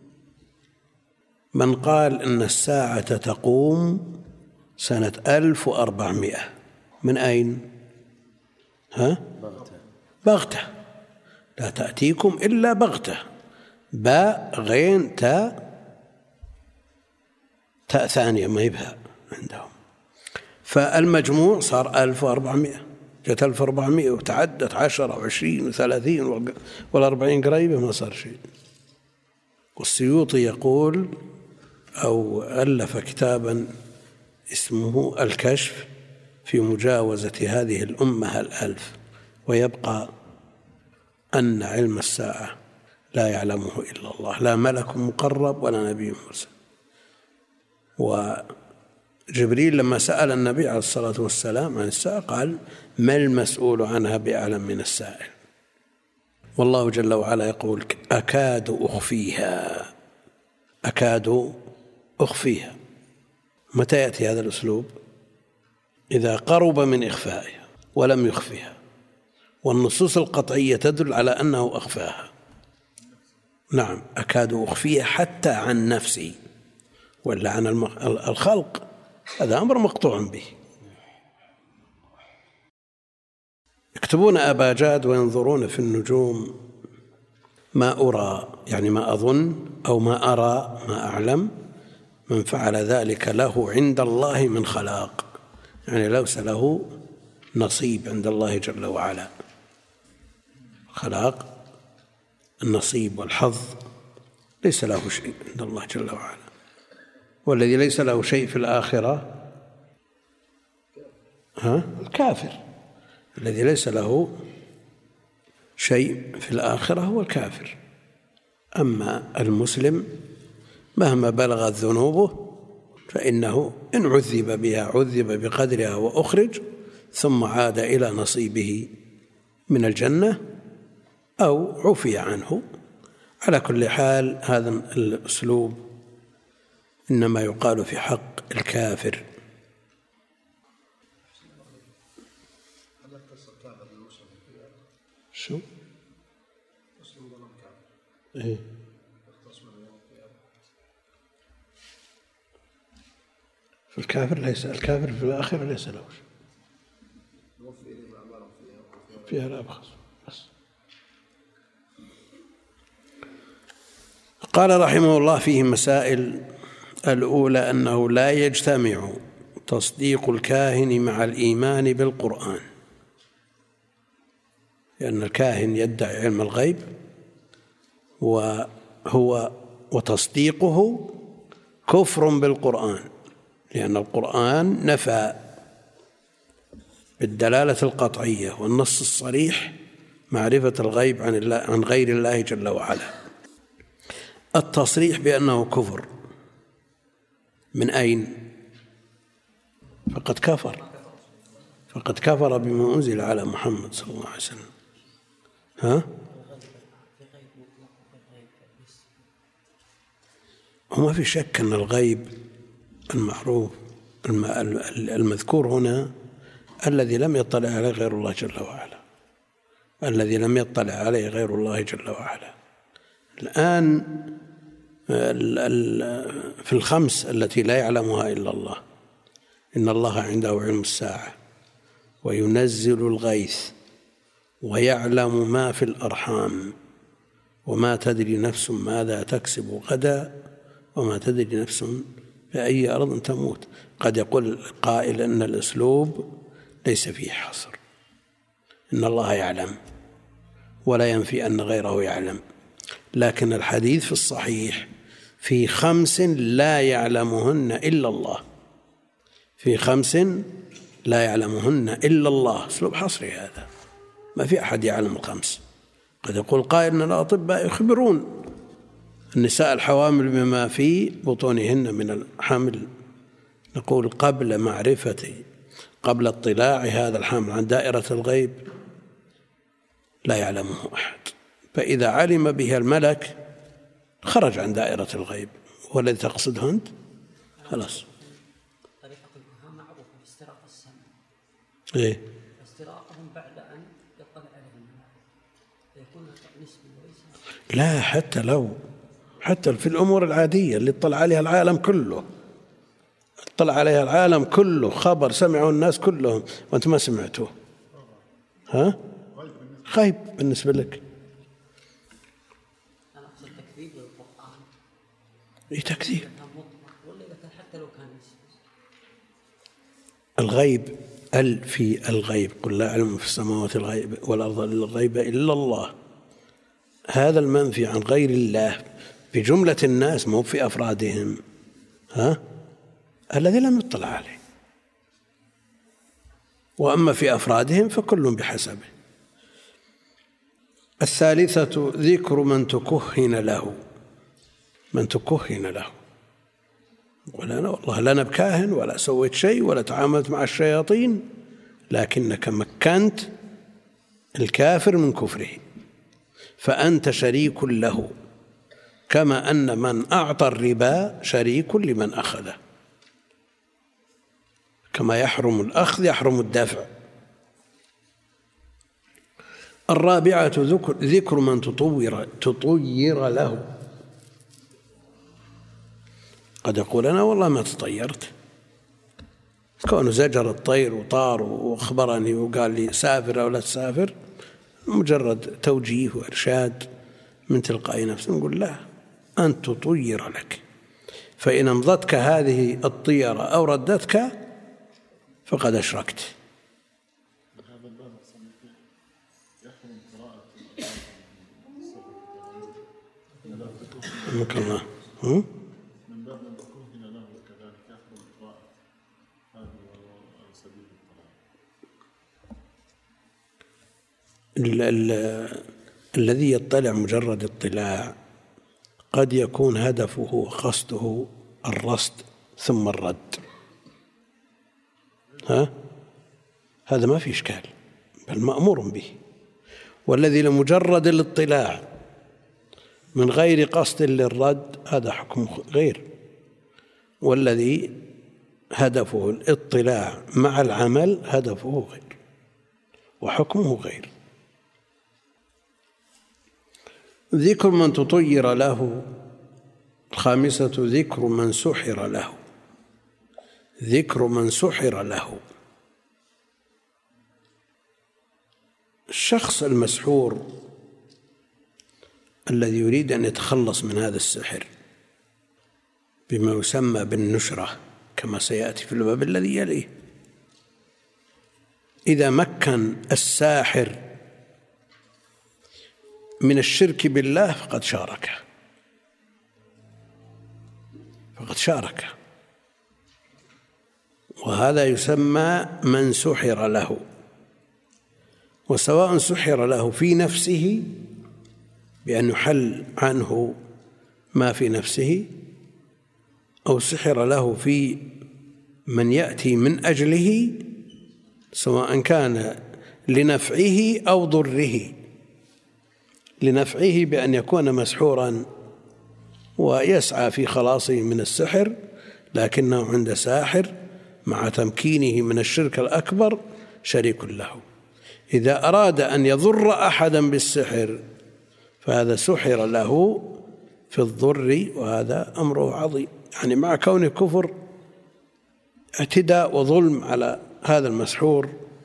من قال إن الساعة تقوم سنة 1400. من أين؟ بغتة، لا تأتيكم إلا بغتة، باء غين تاء ثانية ما يبها عندهم، فالمجموع صار 1400. جت 1400 وتعدت 10 و20 و30 و40 قريبة ما صار شيء. والسيوطي يقول أو ألف كتابا اسمه الكشف في مجاوزة هذه الأمة 1000، ويبقى أن علم الساعة لا يعلمه إلا الله، لا ملك مقرب ولا نبي مرسل. وجبريل لما سأل النبي عليه الصلاة والسلام عن الساعة قال: ما المسؤول عنها بأعلم من السائل. والله جل وعلا يقول: أكاد أخفيها. متى يأتي هذا الأسلوب؟ إذا قرب من إخفائها ولم يخفيها، والنصوص القطعية تدل على أنه أخفاها. نعم، أكاد أخفيها حتى عن نفسي، ولا عن الخلق هذا أمر مقطوع به. يكتبون أبا جاد وينظرون في النجوم، ما أرى يعني ما أظن، أو ما أرى ما أعلم، من فعل ذلك له عند الله من خلاق، يعني ليس له نصيب عند الله جل وعلا. خلاق النصيب والحظ ليس له شيء عند الله جل وعلا. والذي ليس له شيء في الآخرة الكافر. الذي ليس له شيء في الآخرة هو الكافر. أما المسلم مهما بلغت ذنوبه فإنه إن عذب بها عذب بقدرها وأخرج، ثم عاد إلى نصيبه من الجنة أو عفي عنه. على كل حال هذا الأسلوب إنما يقال في حق الكافر. شو؟ إيه؟ في الكافر ليس، الكافر في الآخرة ليس له شيء فيها لا أبخس بس. قال رحمه الله فيه مسائل. الأولى أنه لا يجتمع تصديق الكاهن مع الإيمان بالقرآن، لأن الكاهن يدعي علم الغيب وتصديقه كفر بالقرآن، لأن القرآن نفى بالدلالة القطعية والنص الصريح معرفة الغيب عن غير الله جل وعلا. التصريح بأنه كفر من أين؟ فقد كفر بما أنزل على محمد صلى الله عليه وسلم. وما في شك أن الغيب المعروف المذكور هنا الذي لم يطلع عليه غير الله جل وعلا، الذي لم يطلع عليه غير الله جل وعلا. الآن في الخمس التي لا يعلمها إلا الله: إن الله عنده علم الساعة وينزل الغيث ويعلم ما في الأرحام وما تدري نفس ماذا تكسب غدا وما تدري نفس بأي أرض تموت. قد يقول قائل أن الأسلوب ليس فيه حصر، إن الله يعلم ولا ينفي أن غيره يعلم، لكن الحديث في الصحيح في 5 لا يعلمهن إلا الله، في 5 لا يعلمهن إلا الله. أسلوب حصري هذا، ما في أحد يعلم ال5. قد يقول قائل أن الأطباء يخبرون النساء الحوامل بما في بطونهن من الحمل، نقول قبل اطلاع هذا الحمل عن دائرة الغيب لا يعلمه أحد، فإذا علم به الملك خرج عن دائرة الغيب. هو الذي تقصده أنت؟ خلاص. طريقة الكهان معروفة في استراق السمع. إيه؟ استراقهم بعد أن يطلع عليهم يكون نسبي وليس. لا، حتى في الأمور العادية اللي اطلع عليها العالم كله، اطلع عليها العالم كله، خبر سمعه الناس كلهم وأنت ما سمعته، غيب بالنسبة لك. أنا أقصد تكذيب للقرآن. إيه تكذيب؟ ولا إذا كان حتى لو كان نسبي. الغيب في الغيب قل لا أعلم في السماوات الغيب والأرض الغيب إلا الله، هذا المنفي عن غير الله في جملة الناس مو في أفرادهم، الذي لم يطلع عليه. وأما في أفرادهم فكل بحسبه. الثالثة ذكر من تكهن له. ولا والله لا أنا بكاهن ولا سويت شيء ولا تعاملت مع الشياطين، لكنك مكنت الكافر من كفره فأنت شريك له، كما أن من أعطى الربا شريك لمن أخذه، كما يحرم الأخذ يحرم الدفع. الرابعة ذكر من تطير له. قد يقول أنا والله ما تطيرت، كونه زجر الطير وطار وأخبرني وقال لي سافر أو لا تسافر، مجرد توجيه وإرشاد من تلقاء نفسه. نقول لا، أن تطير لك، فإن أمضتك هذه الطيرة أو ردتك فقد أشركت. رحمك الله. من باب من تكهن له كذلك يحرم قراءة هذا سبيل الطلاق. الذي يطلع مجرد اطلاع قد يكون هدفه وقصده الرصد ثم الرد، هذا ما في إشكال بل مأمور به. والذي لمجرد الاطلاع من غير قصد للرد هذا حكم غير، والذي هدفه الاطلاع مع العمل هدفه غير وحكمه غير. ذكر من تطير له. الخامسة ذكر من سحر له. ذكر من سحر له. الشخص المسحور الذي يريد أن يتخلص من هذا السحر بما يسمى بالنشرة كما سيأتي في الباب الذي يليه، إذا مكن الساحر من الشرك بالله فقد شارك، وهذا يسمى من سحر له. وسواء سحر له في نفسه بأن يحل عنه ما في نفسه، أو سحر له في من يأتي من أجله، سواء كان لنفعه أو ضره. لنفعه بأن يكون مسحورا ويسعى في خلاصه من السحر، لكنه عند ساحر مع تمكينه من الشرك الأكبر شريك له. إذا أراد أن يضر أحدا بالسحر فهذا سحر له في الضر، وهذا أمره عظيم، يعني مع كون كفر اعتداء وظلم على هذا المسحور.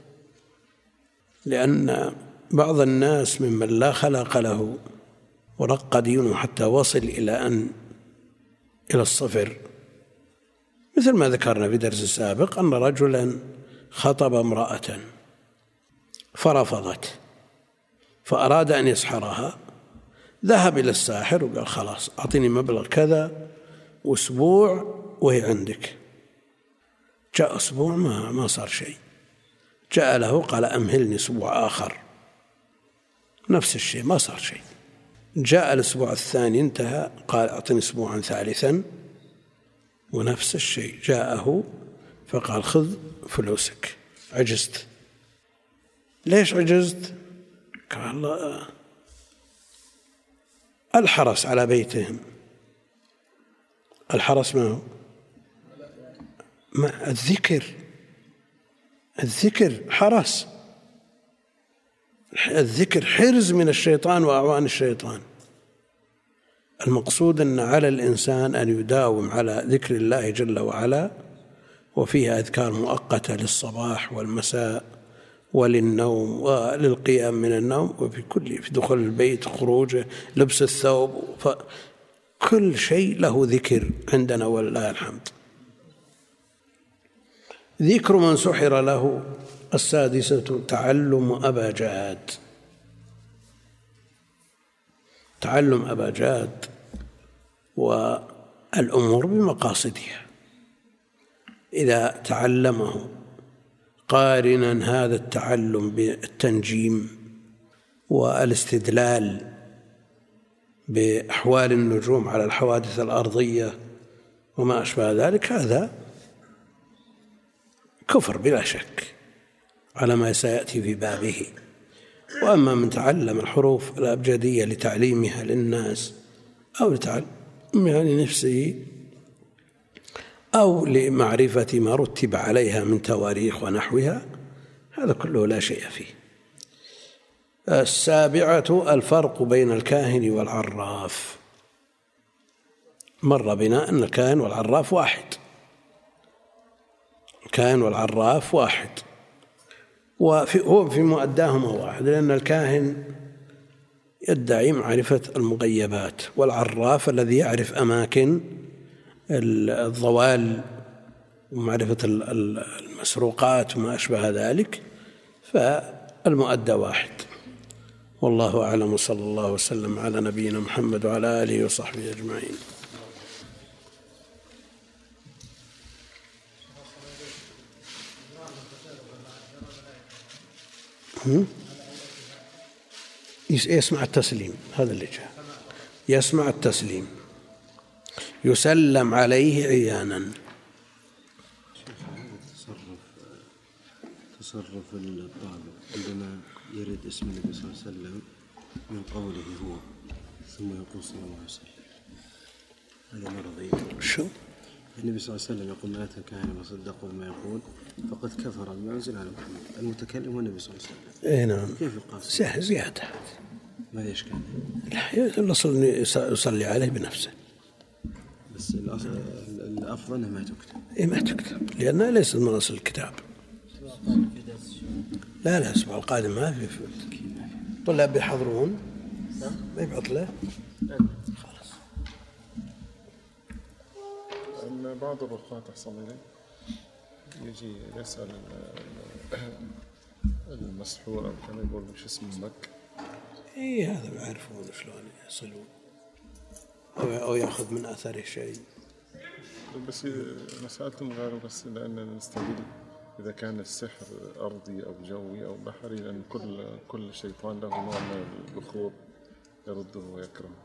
لأن بعض الناس ممن لا خلق له ورق دينه حتى وصل إلى الصفر، مثل ما ذكرنا في درس سابق أن رجلا خطب امرأة فرفضت، فأراد أن يسحرها، ذهب إلى الساحر وقال خلاص أعطيني مبلغ كذا وأسبوع وهي عندك. جاء أسبوع ما صار شيء، جاء له قال أمهلني أسبوع آخر، نفس الشيء ما صار شيء. جاء الأسبوع الثاني انتهى، قال أعطني أسبوعا ثالثا ونفس الشيء. جاءه فقال خذ فلوسك، عجزت. ليش عجزت؟ قال الحرس على بيتهم. الحرس ما هو؟ الذكر حرس، الذكر حرز من الشيطان وأعوان الشيطان. المقصود أن على الإنسان أن يداوم على ذكر الله جل وعلا، وفيها أذكار مؤقتة للصباح والمساء وللنوم وللقيام من النوم، في دخول البيت، خروجه، لبس الثوب، فكل شيء له ذكر عندنا ولله الحمد. ذكر من سحر له. السادسة تعلم أباجاد. تعلم أباجاد والأمور بمقاصدها. إذا تعلمه قارنا هذا التعلم بالتنجيم والاستدلال بأحوال النجوم على الحوادث الأرضية وما أشبه ذلك، هذا كفر بلا شك على ما سيأتي في بابه. وأما من تعلم الحروف الأبجدية لتعليمها للناس أو لتعلمها لنفسه أو لمعرفة ما رتب عليها من تواريخ ونحوها، هذا كله لا شيء فيه. السابعة الفرق بين الكاهن والعراف. مر بنا أن الكاهن والعراف واحد، الكاهن والعراف واحد، وهو في مؤداهما واحد، لأن الكاهن يدعي معرفة المغيبات، والعراف الذي يعرف أماكن الضوال ومعرفة المسروقات وما أشبه ذلك، فالمؤدى واحد. والله أعلم، وصلى الله وسلم على نبينا محمد وعلى آله وصحبه أجمعين. يسمع التسليم، هذا اللي جاء، يسمع التسليم، يسلم عليه عيانا. تصرف الطالب عندما يرد اسم النبي صلى الله عليه وسلم من قوله هو ثم يقول صلى الله عليه وسلم، هذا مرضي. شو؟ النبي صلى الله عليه وسلم يقول من أتى كاهنا وصدقه بما يقول فقد كفر بما أنزل على محمد. المتكلم هو النبي صلى الله عليه وسلم. نعم. كيف يقاس؟ زيادة. ما ليش كان؟ الأصل يصلي عليه بنفسه. بس الأفضل أنها ما تكتب. إيه ما تكتب لأنها ليست من أصل الكتاب. لا الأسبوع القادم ما في طلاب بيحضرون ما يبعث له خلاص. أن بعض الرفقات أحسن إليه يجي يسأل المسحور أو كان يقول مش اسم أمك. إيه هذا بيعرفون شلون يصلون أو يأخذ من أثره شيء. بس أنا سألتم غيره بس لأن نستدل إذا كان السحر أرضي أو جوي أو بحري، لأن كل شيطان له نوع من البخور يرده ويكرهه.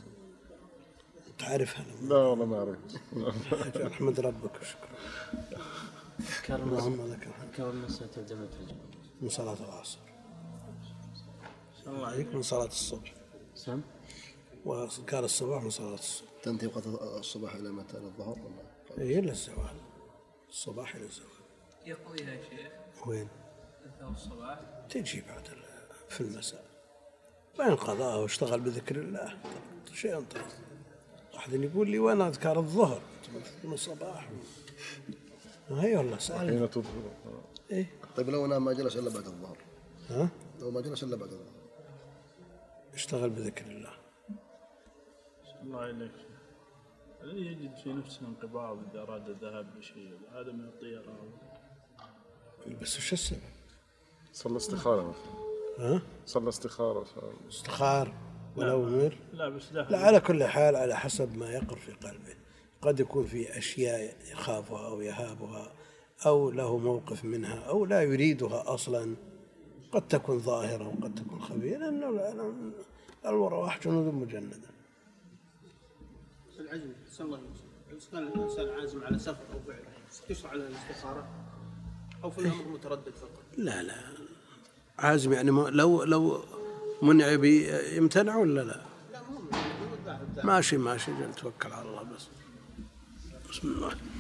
تعرف هذا؟ لا والله ما أعرف. أحمد ربك وشكرا. اللهم لك الحمد. كم مساء تبدأ متى؟ من صلاة العصر. الله عليك من صلاة الصبح. سم. وكان الصباح من صلاة الصبح. تنتهي وقت الصباح إلى متى؟ الظهر ولا؟ إيه إلى الزوال. الصباح إلى الزوال. يقضيها يا شيخ وين؟ أثناء الصباح تجي بعد في المساء. بين قضاء واشتغل بذكر الله شيء طيب. واحد يقول لي وين أذكار الظهر؟ من الصباح. هي والله سأل. حين تظهر. إيه. طيب لو أنا ما جلس إلا بعد الظهر. ها؟ لو ما جلس إلا بعد الظهر. اشتغل بذكر الله. الله عليك. الذي يجد في نفسه انقباض إذا أراد الذهاب بشيء هذا من الطيرة. بس وش السبب؟ صلى استخارة مثلا. ها؟ صلى استخارة. استخار ولو أمر. لا بس لا على كل حال على حسب ما يقر في قلبه. قد يكون في أشياء يخافها أو يهابها أو له موقف منها أو لا يريدها أصلا. قد تكون ظاهرة وقد تكون خفية لأنه الأرواح جنود مجندة. العزم صلى الله عليه وسلم. إذا كان الإنسان عازم على سفر أو فعل يشرع على الاستخارة أو في الأمر متردد فقط. لا عازم يعني لو منع يمتنع ولا لا؟ لا مو ماشي جل توكل على الله بس. بسم الله.